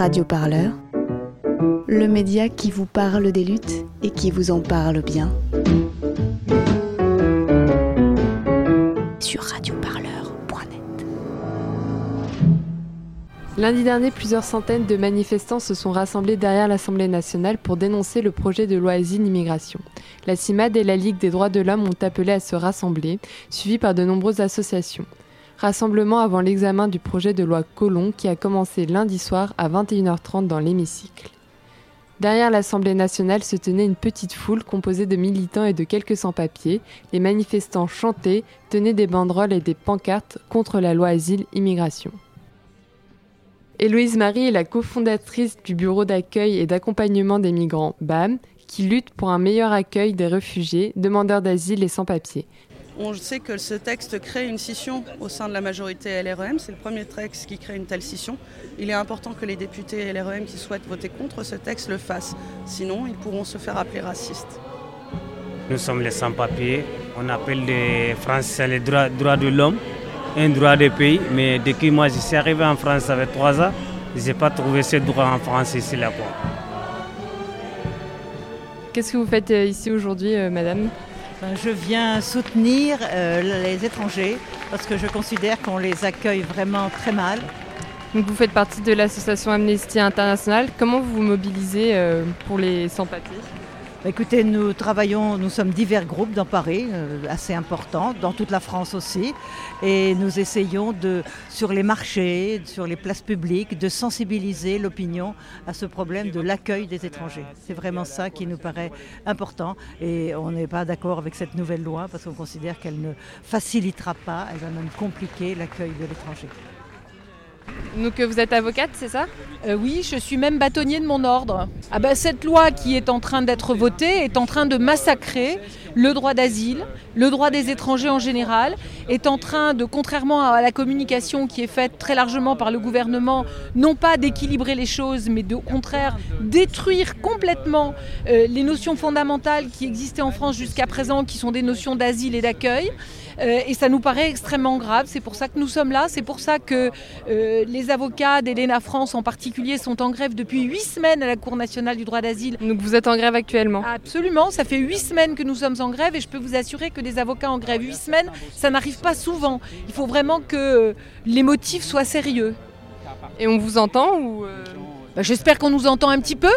Radio Parleur, le média qui vous parle des luttes et qui vous en parle bien. Sur radioparleur.net. Lundi dernier, plusieurs centaines de manifestants se sont rassemblés derrière l'Assemblée nationale pour dénoncer le projet de loi Asile-Immigration. La CIMAD et la Ligue des droits de l'homme ont appelé à se rassembler, suivis par de nombreuses associations. Rassemblement avant l'examen du projet de loi Collomb qui a commencé lundi soir à 21h30 dans l'hémicycle. Derrière l'Assemblée nationale se tenait une petite foule composée de militants et de quelques sans-papiers. Les manifestants chantaient, tenaient des banderoles et des pancartes contre la loi Asile-Immigration. Héloïse Marie est la cofondatrice du bureau d'accueil et d'accompagnement des migrants BAM, qui lutte pour un meilleur accueil des réfugiés, demandeurs d'asile et sans-papiers. On sait que ce texte crée une scission au sein de la majorité LREM. C'est le premier texte qui crée une telle scission. Il est important que les députés LREM qui souhaitent voter contre ce texte le fassent. Sinon, ils pourront se faire appeler racistes. Nous sommes les sans-papiers. On appelle les Français les droits de l'homme, un droit des pays. Mais depuis moi, je suis arrivé en France avec 3 ans, je n'ai pas trouvé ce droit en France ici là. Qu'est-ce que vous faites ici aujourd'hui, madame ? Je viens soutenir les étrangers parce que je considère qu'on les accueille vraiment très mal. Donc vous faites partie de l'association Amnesty International. Comment vous vous mobilisez pour les sans-papiers ? Écoutez, nous sommes divers groupes dans Paris, assez importants, dans toute la France aussi. Et nous essayons sur les marchés, sur les places publiques, de sensibiliser l'opinion à ce problème de l'accueil des étrangers. C'est vraiment ça qui nous paraît important. Et on n'est pas d'accord avec cette nouvelle loi parce qu'on considère qu'elle ne facilitera pas, elle va même compliquer l'accueil de l'étranger. Donc vous êtes avocate, c'est ça ? Oui, je suis même bâtonnier de mon ordre. Cette loi qui est en train d'être votée est en train de massacrer le droit d'asile, le droit des étrangers en général, est en train de, contrairement à la communication qui est faite très largement par le gouvernement, non pas d'équilibrer les choses, mais au contraire détruire complètement les notions fondamentales qui existaient en France jusqu'à présent, qui sont des notions d'asile et d'accueil. Et ça nous paraît extrêmement grave, c'est pour ça que nous sommes là, c'est pour ça que les avocats d'Elena France en particulier sont en grève depuis 8 semaines à la Cour nationale du droit d'asile. Donc vous êtes en grève actuellement ? Absolument, ça fait 8 semaines que nous sommes en grève et je peux vous assurer que des avocats en grève 8 semaines, ça n'arrive pas souvent. Il faut vraiment que les motifs soient sérieux. Et on vous entend ou J'espère qu'on nous entend un petit peu.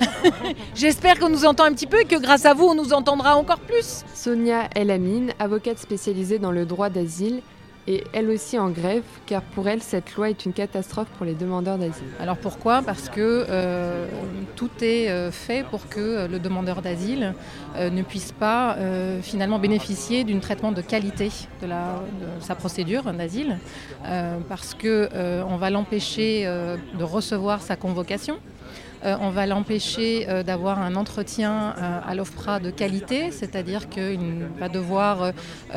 J'espère qu'on nous entend un petit peu et que grâce à vous, on nous entendra encore plus. Sonia El Amine, avocate spécialisée dans le droit d'asile, est elle aussi en grève, car pour elle, cette loi est une catastrophe pour les demandeurs d'asile. Alors pourquoi ? Parce que tout est fait pour que le demandeur d'asile ne puisse pas finalement bénéficier d'un traitement de qualité de sa procédure d'asile, parce qu'on va l'empêcher de recevoir sa convocation. On va l'empêcher d'avoir un entretien à l'OFPRA de qualité, c'est-à-dire qu'il va devoir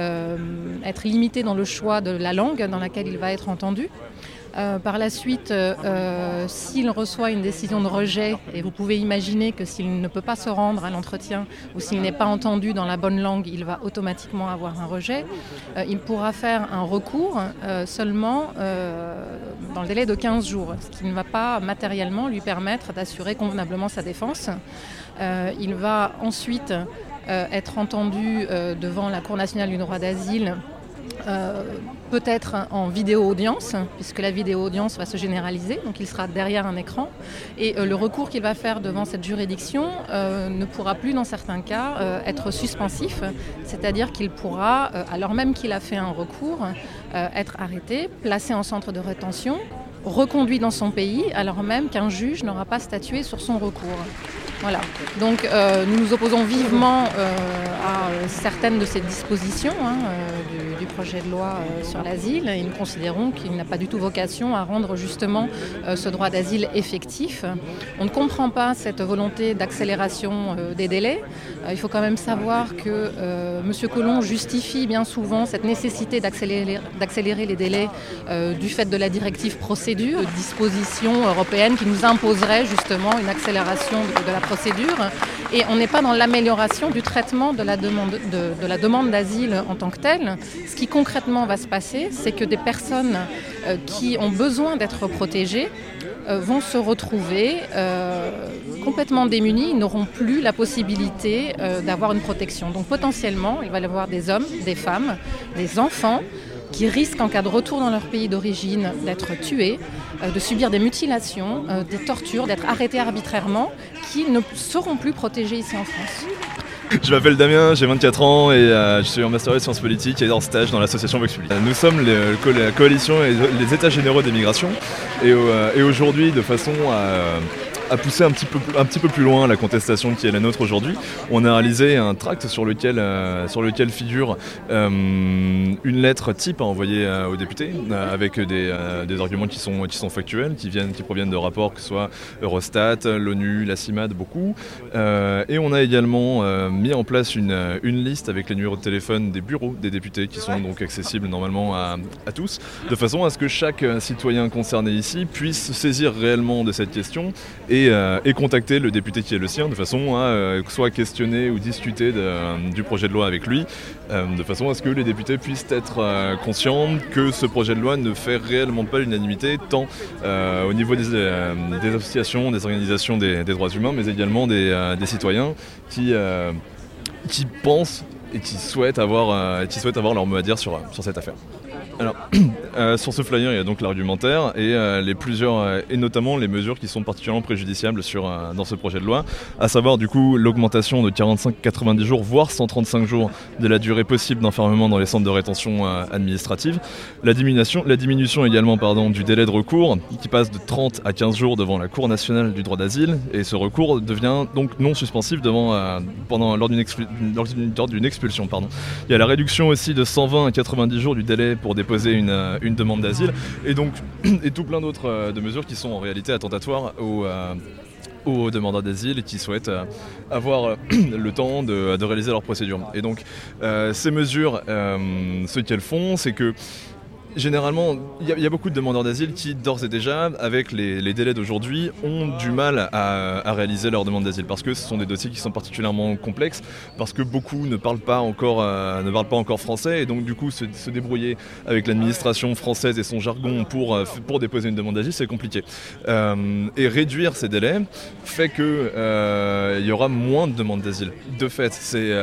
être limité dans le choix de la langue dans laquelle il va être entendu. Par la suite, s'il reçoit une décision de rejet, et vous pouvez imaginer que s'il ne peut pas se rendre à l'entretien ou s'il n'est pas entendu dans la bonne langue, il va automatiquement avoir un rejet. Il pourra faire un recours seulement dans le délai de 15 jours, ce qui ne va pas matériellement lui permettre d'assurer convenablement sa défense. Il va ensuite être entendu devant la Cour nationale du droit d'asile, peut-être en vidéo-audience, puisque la vidéo-audience va se généraliser, donc il sera derrière un écran. Et le recours qu'il va faire devant cette juridiction ne pourra plus, dans certains cas, être suspensif, c'est-à-dire qu'il pourra, alors même qu'il a fait un recours, être arrêté, placé en centre de rétention, reconduit dans son pays, alors même qu'un juge n'aura pas statué sur son recours. Voilà. Donc nous nous opposons vivement à certaines de ces dispositions du projet de loi sur l'asile et nous considérons qu'il n'a pas du tout vocation à rendre justement ce droit d'asile effectif. On ne comprend pas cette volonté d'accélération des délais. Il faut quand même savoir que M. Collomb justifie bien souvent cette nécessité d'accélérer les délais du fait de la directive procédure, de dispositions européennes qui nous imposeraient justement une accélération de la procédure. Et on n'est pas dans l'amélioration du traitement de la demande d'asile en tant que telle. Ce qui concrètement va se passer, c'est que des personnes qui ont besoin d'être protégées vont se retrouver complètement démunis, ils n'auront plus la possibilité d'avoir une protection. Donc potentiellement, il va y avoir des hommes, des femmes, des enfants qui risquent en cas de retour dans leur pays d'origine d'être tués, de subir des mutilations, des tortures, d'être arrêtés arbitrairement, qui ne seront plus protégés ici en France. Je m'appelle Damien, j'ai 24 ans et je suis en master de sciences politiques et en stage dans l'association Vox Publique. Nous sommes la coalition et les états généraux des migrations et aujourd'hui, de façon à pousser un petit peu plus loin la contestation qui est la nôtre aujourd'hui, on a réalisé un tract sur lequel figure une lettre type à envoyer aux députés avec des arguments qui sont factuels, qui proviennent de rapports que ce soit Eurostat, l'ONU, la CIMAD, beaucoup. Et on a également mis en place une liste avec les numéros de téléphone des bureaux des députés qui sont donc accessibles normalement à tous, de façon à ce que chaque citoyen concerné ici puisse se saisir réellement de cette question et contacter le député qui est le sien de façon à soit questionner ou discuter du projet de loi avec lui, de façon à ce que les députés puissent être conscients que ce projet de loi ne fait réellement pas l'unanimité, tant au niveau des associations, des organisations des droits humains, mais également des citoyens qui pensent et qui souhaitent avoir leur mot à dire sur cette affaire. Alors, sur ce flyer, il y a donc l'argumentaire et et notamment les mesures qui sont particulièrement préjudiciables dans ce projet de loi, à savoir du coup l'augmentation de 45-90 jours, voire 135 jours de la durée possible d'enfermement dans les centres de rétention administrative, la diminution également du délai de recours qui passe de 30 à 15 jours devant la Cour nationale du droit d'asile et ce recours devient donc non suspensif lors d'une expulsion. Il y a la réduction aussi de 120 à 90 jours du délai pour déposer une demande d'asile et tout plein d'autres de mesures qui sont en réalité attentatoires aux demandeurs d'asile et qui souhaitent avoir le temps de réaliser leur procédure. Et donc ces mesures, ce qu'elles font, c'est que généralement, il y a beaucoup de demandeurs d'asile qui, d'ores et déjà, avec les délais d'aujourd'hui, ont du mal à réaliser leur demande d'asile parce que ce sont des dossiers qui sont particulièrement complexes, parce que beaucoup ne parlent pas encore français et donc du coup se débrouiller avec l'administration française et son jargon pour déposer une demande d'asile, c'est compliqué. Et réduire ces délais fait que il y aura moins de demandes d'asile. De fait,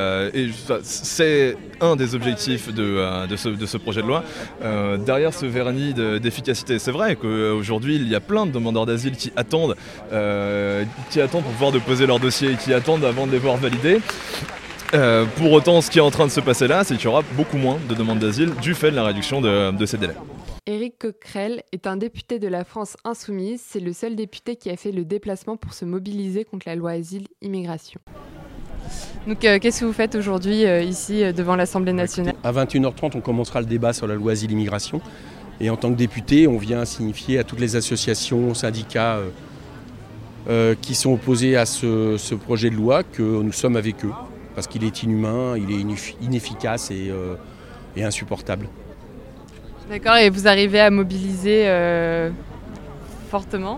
c'est un des objectifs de ce projet de loi. Derrière ce vernis d'efficacité, c'est vrai qu'aujourd'hui il y a plein de demandeurs d'asile qui attendent pour pouvoir déposer leur dossier et qui attendent avant de les voir validés. Pour autant, ce qui est en train de se passer là, c'est qu'il y aura beaucoup moins de demandes d'asile du fait de la réduction de ces délais. Éric Coquerel est un député de la France insoumise. C'est le seul député qui a fait le déplacement pour se mobiliser contre la loi Asile-Immigration. Donc qu'est-ce que vous faites aujourd'hui ici devant l'Assemblée nationale ? À 21h30, on commencera le débat sur la loi Asile-Immigration. Et en tant que député, on vient signifier à toutes les associations, syndicats qui sont opposés à ce projet de loi que nous sommes avec eux. Parce qu'il est inhumain, il est inefficace et insupportable. D'accord, et vous arrivez à mobiliser fortement ?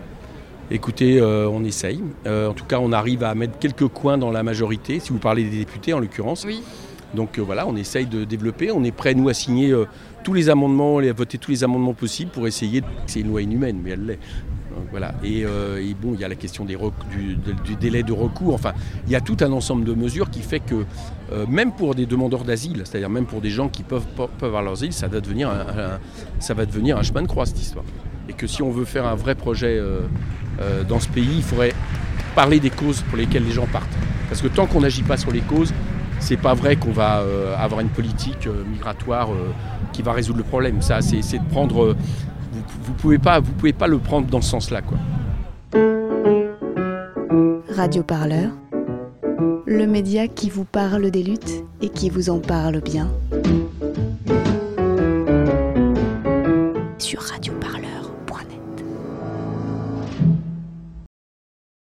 Écoutez, on essaye. En tout cas, on arrive à mettre quelques coins dans la majorité, si vous parlez des députés en l'occurrence. Oui. Donc voilà, on essaye de développer. On est prêt, nous, à signer tous les amendements, à voter tous les amendements possibles pour essayer. C'est une loi inhumaine, mais elle l'est. Donc, voilà. Et bon, il y a la question du délai de recours. Enfin, il y a tout un ensemble de mesures qui fait que même pour des demandeurs d'asile, c'est-à-dire même pour des gens qui peuvent avoir leur asile, ça va devenir un chemin de croix, cette histoire. Et que si on veut faire un vrai projet dans ce pays, il faudrait parler des causes pour lesquelles les gens partent. Parce que tant qu'on n'agit pas sur les causes, c'est pas vrai qu'on va avoir une politique migratoire qui va résoudre le problème. Ça, c'est de prendre. Vous pouvez pas le prendre dans ce sens-là, quoi. Radio Parleur, le média qui vous parle des luttes et qui vous en parle bien. Sur Radio